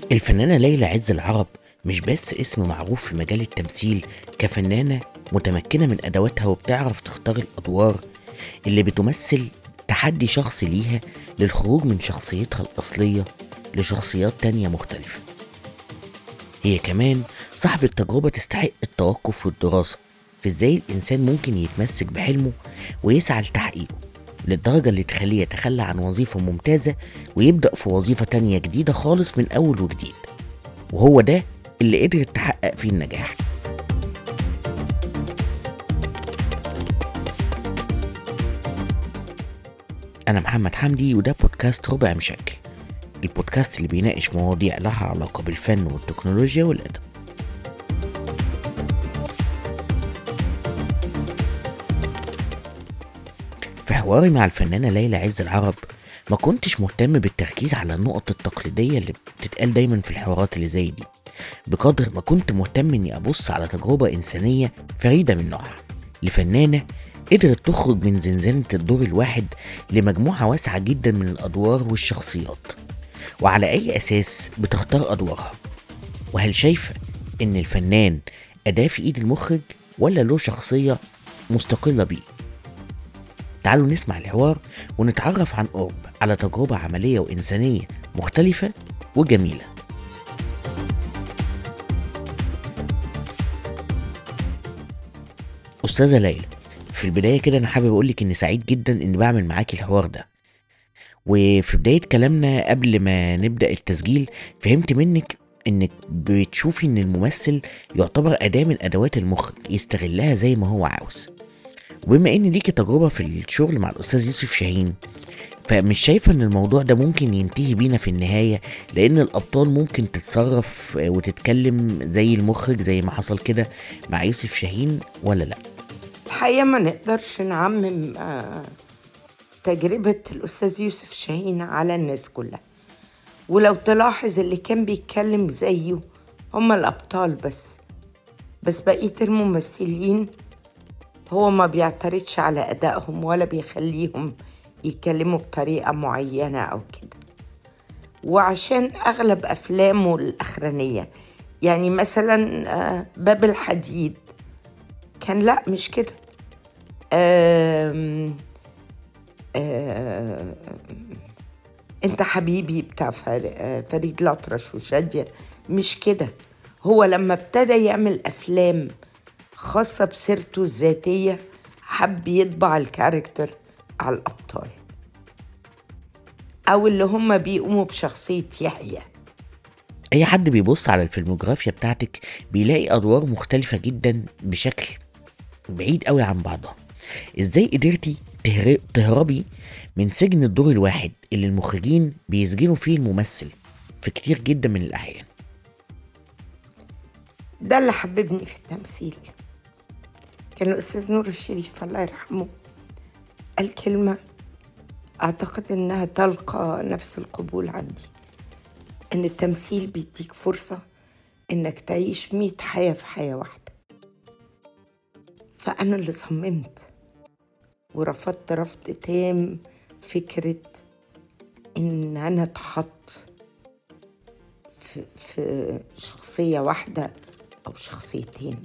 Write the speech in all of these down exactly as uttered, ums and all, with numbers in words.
الفنانة ليلى عز العرب مش بس اسم معروف في مجال التمثيل، كفنانة متمكنة من أدواتها وبتعرف تختار الأدوار اللي بتمثل تحدي شخصي ليها للخروج من شخصيتها الأصلية لشخصيات تانية مختلفة. هي كمان صاحبة تجربة تستحق التوقف والدراسة في ازاي الإنسان ممكن يتمسك بحلمه ويسعى لتحقيقه للدرجة اللي تخليه يتخلى عن وظيفة ممتازة ويبدأ في وظيفة تانية جديدة خالص من أول وجديد، وهو ده اللي قدرت تحقق فيه النجاح. أنا محمد حمدي وده بودكاست ربع مشكل، البودكاست اللي بيناقش مواضيع لها علاقة بالفن والتكنولوجيا والأدب. في حواري مع الفنانة ليلى عز العرب ما كنتش مهتم بالتركيز على النقط التقليدية اللي بتتقال دايما في الحوارات اللي زي دي، بقدر ما كنت مهتم اني ابص على تجربة انسانية فريدة من نوعها لفنانة قدرت تخرج من زنزانة الدور الواحد لمجموعة واسعة جدا من الادوار والشخصيات، وعلى اي اساس بتختار ادوارها، وهل شايفة ان الفنان اداة في ايد المخرج ولا له شخصية مستقلة بيه؟ تعالوا نسمع الحوار ونتعرف عن قرب على تجربة عملية وإنسانية مختلفة وجميلة. أستاذة ليلى، في البداية كده أنا حابب أقولك إني سعيد جدا إني بعمل معاكي الحوار ده، وفي بداية كلامنا قبل ما نبدأ التسجيل فهمت منك إنك بتشوفي إن الممثل يعتبر أداة من أدوات المخرج يستغلها زي ما هو عاوز، وبما ان ليكي تجربة في الشغل مع الاستاذ يوسف شاهين فمش شايفة ان الموضوع ده ممكن ينتهي بينا في النهاية، لان الابطال ممكن تتصرف وتتكلم زي المخرج زي ما حصل كده مع يوسف شاهين ولا لا؟ الحقيقة ما نقدرش نعمم آه، تجربة الأستاذ يوسف شاهين على الناس كلها، ولو تلاحظ اللي كان بيتكلم زيه هم الأبطال بس بس بقية الممثلين هو ما بيعترضش على أدائهم ولا بيخليهم يتكلموا بطريقة معينة أو كده. وعشان أغلب أفلامه الأخرانية يعني مثلا آه، باب الحديد كان لا مش كده. آم آم انت حبيبي بتاع فر- آه، فريد الأطرش وشادية مش كده. هو لما ابتدى يعمل أفلام خاصة بسيرته الذاتية حب يطبع الكاركتر على الأبطال أو اللي هم بيقوموا بشخصية يحيى. اي حد بيبص على الفيلموجرافيا بتاعتك بيلاقي ادوار مختلفة جدا بشكل بعيد قوي عن بعضها. ازاي قدرتي تهر- تهربي من سجن الدور الواحد اللي المخرجين بيسجنوا فيه الممثل في كتير جدا من الاحيان؟ ده اللي حببني في التمثيل. كان الأستاذ نور الشريف الله يرحمه قال كلمة أعتقد إنها تلقى نفس القبول عندي، إن التمثيل بيديك فرصة إنك تعيش مية حياة في حياة واحدة. فأنا اللي صممت ورفضت رفض تام فكرة إن أنا أتحط في, في شخصية واحدة أو شخصيتين،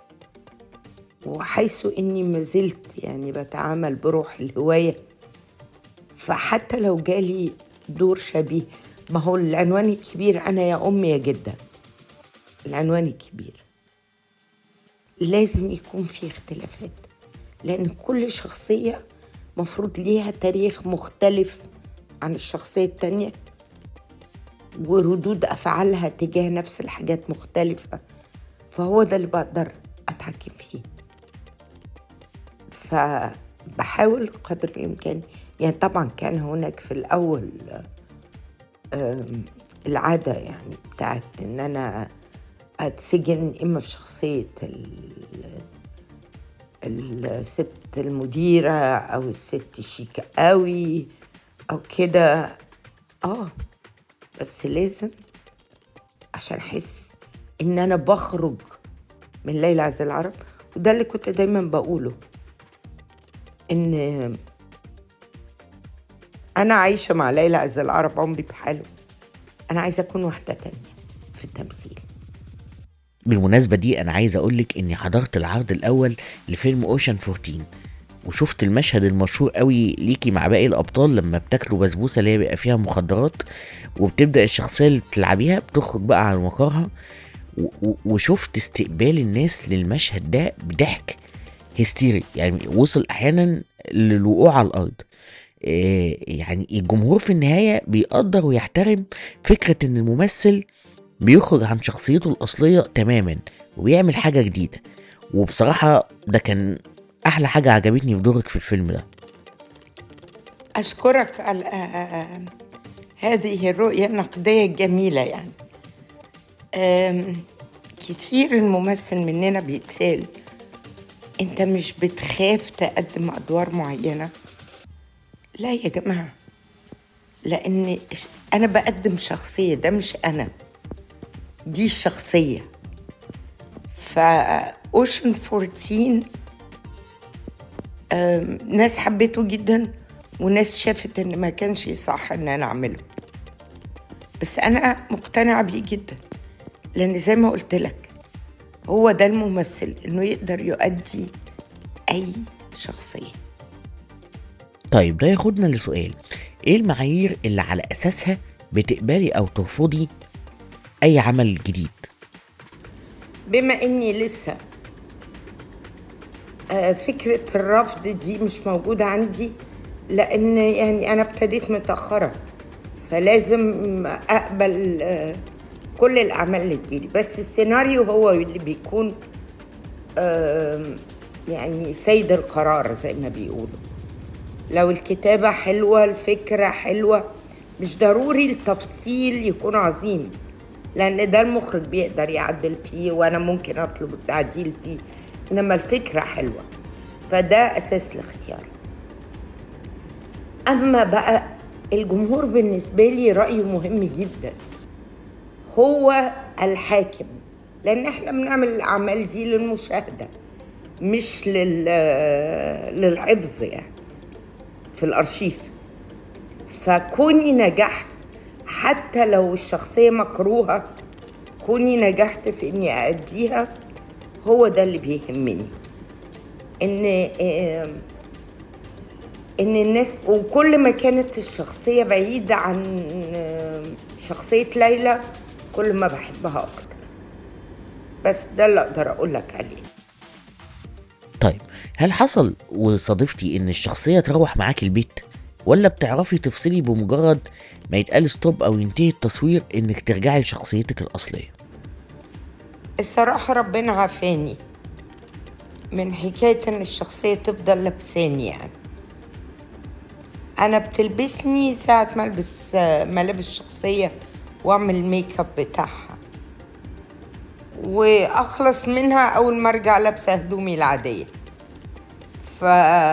وحيث إني ما زلت يعني بتعامل بروح الهواية، فحتى لو جالي دور شبيه، ما هو العنوان الكبير أنا يا أمي يا جدة، العنوان الكبير لازم يكون فيه اختلافات، لأن كل شخصية مفروض ليها تاريخ مختلف عن الشخصية التانية، وردود أفعالها تجاه نفس الحاجات مختلفة، فهو ده اللي بقدر أتحكم فيه. فبحاول قدر الإمكان، يعني طبعا كان هناك في الأول آم، العادة يعني بتاعت إن أنا أتسجن إما في شخصية ال- الست المديرة أو الست الشيكة قوي أو كده. آه بس لازم عشان أحس إن أنا بخرج من ليلى عز العرب، وده اللي كنت دايما بقوله، إن أنا عايشة مع ليلى عز العرب عمري بحاله، أنا عايزة أكون واحدة تانية. في التمثيل. بالمناسبة دي أنا عايز أقولك إني حضرت العرض الأول لفيلم أوشن أربعتاشر، وشفت المشهد المشهور قوي ليكي مع باقي الأبطال لما بتاكلوا بسبوسة اللي هي بيبقى فيها مخدرات، وبتبدأ الشخصية اللي بتلعبيها بتخرج بقى عن وقارها، و- و- وشفت استقبال الناس للمشهد ده بضحك هستيري، يعني وصل أحيانا للوقوع على الأرض. إيه يعني الجمهور في النهاية بيقدر ويحترم فكرة إن الممثل بيخرج عن شخصيته الأصلية تماما وبيعمل حاجة جديدة. وبصراحة ده كان أحلى حاجة عجبتني في دورك في الفيلم ده. أشكرك على آه، هذه الرؤية النقدية الجميلة. يعني آم، كتير الممثل مننا بيتسال انت مش بتخاف تقدم أدوار معينة؟ لا يا جماعة، لأن ش- أنا بقدم شخصية، ده مش أنا، دي الشخصية. فأوشن أربعتاشر آم، ناس حبيته جدا وناس شافت ان ما كانش صح ان انا اعمله، بس انا مقتنعة بيه جدا، لان زي ما قلت لك هو ده الممثل، انه يقدر يؤدي اي شخصية. طيب ده ياخدنا لسؤال، ايه المعايير اللي على اساسها بتقبلي او ترفضي اي عمل جديد؟ بما اني لسه آه، فكرة الرفض دي مش موجودة عندي، لان يعني انا ابتديت متأخرة، فلازم اقبل آه، كل الاعمال اللي تجيلي، بس السيناريو هو اللي بيكون آم، يعني سيد القرار زي ما بيقولوا. لو الكتابة حلوة، الفكرة حلوة، مش ضروري التفصيل يكون عظيم، لأن ده المخرج بيقدر يعدل فيه وأنا ممكن أطلب التعديل فيه، إنما الفكرة حلوة، فده أساس الاختيار. أما بقى الجمهور بالنسبة لي رأيه مهم جدا، هو الحاكم، لأن احنا بنعمل الأعمال دي للمشاهدة مش لل... للحفظ يعني في الأرشيف. فكوني نجحت حتى لو الشخصية مكروهة، كوني نجحت في إني أأديها، هو ده اللي بيهمني. إن إن الناس، وكل ما كانت الشخصية بعيدة عن شخصية ليلى كل ما بحبها أكتر. بس ده اللي أقدر أقول لك عليه. طيب هل حصل وصادفتي ان الشخصية تروح معاك البيت، ولا بتعرفي تفصلي بمجرد ما يتقال ستوب او ينتهي التصوير انك ترجعي لشخصيتك الاصلية؟ الصراحة ربنا عافاني من حكاية إن الشخصية تفضل لابساني. يعني أنا بتلبسني ساعة ما ألبس ملابس شخصية وأعمل الميك اب بتاعها، وأخلص منها أول ما أرجع لابسة هدومي العادية. ف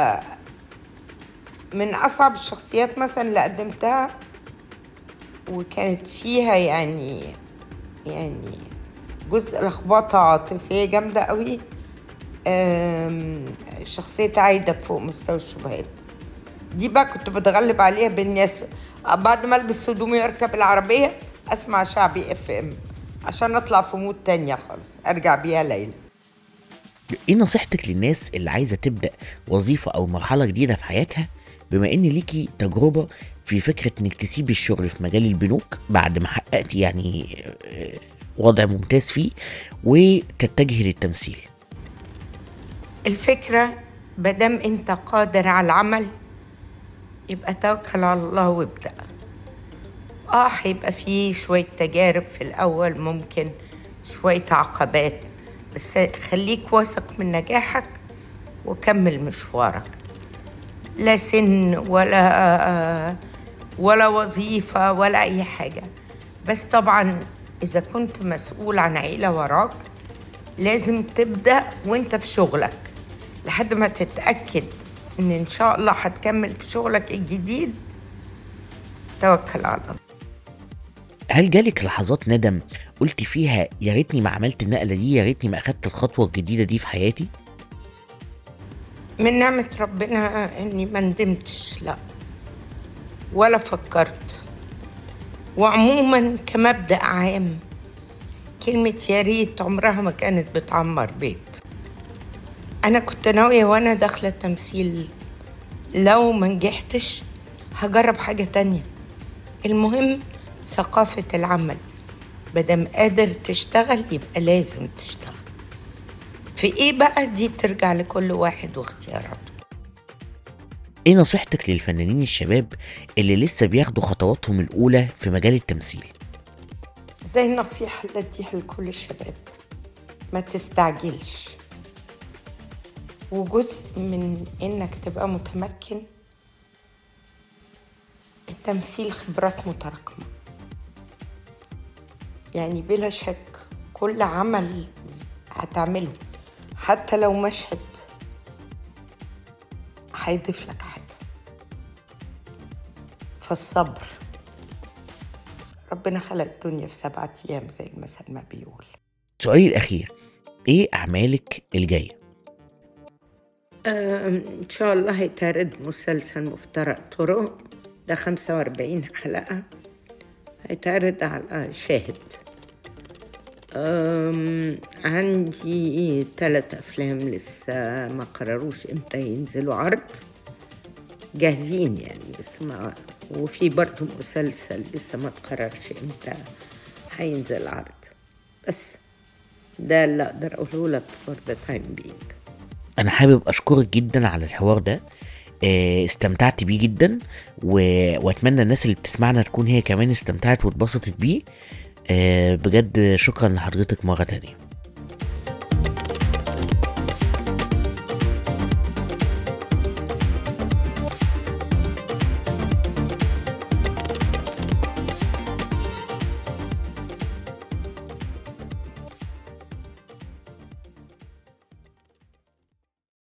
من أصعب الشخصيات مثلا اللي قدمتها وكانت فيها يعني يعني جزء لخبطة عاطفية جامدة قوي، أم، شخصية عايدة في فوق مستوى الشبهات. دي بقى كنت بتغلب عليها بالناس، بعد ما البس هدومي واركب العربية اسمع شعبي اف ام عشان اطلع في مود تانية خالص ارجع بيها ليلى. ايه نصيحتك للناس اللي عايزة تبدأ وظيفة او مرحلة جديدة في حياتها، بما ان ليكي تجربة في فكرة انك تسيبي الشغل في مجال البنوك بعد ما حققتي يعني آه، وضع ممتاز فيه وتتجهي للتمثيل؟ الفكرة مادام انت قادر على العمل يبقى توكل على الله وابدأ. اه هيبقى فيه شوية تجارب في الأول، ممكن شوية عقبات، بس خليك واثق من نجاحك وكمل مشوارك. لا سن ولا ولا وظيفة ولا أي حاجة، بس طبعا إذا كنت مسؤول عن عيلة وراك لازم تبدأ وانت في شغلك لحد ما تتأكد إن إن شاء الله هتكمل في شغلك الجديد. توكل على الله. هل جالك لحظات ندم قلتي فيها يا ريتني ما عملت النقلة دي، يا ريتني ما اخدت الخطوة الجديدة دي في حياتي؟ من نعمة ربنا إني ما ندمتش، لا ولا فكرت. وعموما كمبدأ عام كلمة يا ريت عمرها ما كانت بتعمر بيت. أنا كنت ناوية وأنا داخلة التمثيل لو ما نجحتش هجرب حاجة تانية. المهم ثقافة العمل، مادام قادر تشتغل يبقى لازم تشتغل. في ايه بقى دي ترجع لكل واحد واختياراته. ايه نصيحتك للفنانين الشباب اللي لسه بياخدوا خطواتهم الأولى في مجال التمثيل؟ زي النصيحة اللي اديها لكل الشباب، ما تستعجلش، وجزء من انك تبقى متمكن التمثيل خبرات متراكمة. يعني بلا شك كل عمل هتعمله حتى لو مشهد هيضيف لك حاجة. فالصبر، ربنا خلق الدنيا في سبعة أيام زي المثل ما بيقول. سؤالي الأخير، ايه أعمالك الجاية؟ آم، إن شاء الله هيتعرض مسلسل مفترق طرق، ده خمسة وأربعين حلقة، هيتعرض على شاهد. أم عندي ثلاث أفلام لسه ما قرروش إمتى ينزلوا عرض، جاهزين يعني بس ما، وفي برضه مسلسل لسه ما تقررش إمتى هينزل عرض. بس ده اللي أقدر أقوله لك for the time being. أنا حابب أشكرك جدا على الحوار ده، آه، استمتعت بيه جدا و... وأتمنى الناس اللي بتسمعنا تكون هي كمان استمتعت واتبسطت بيه. آه، بجد شكرا لحضرتك مرة تانية.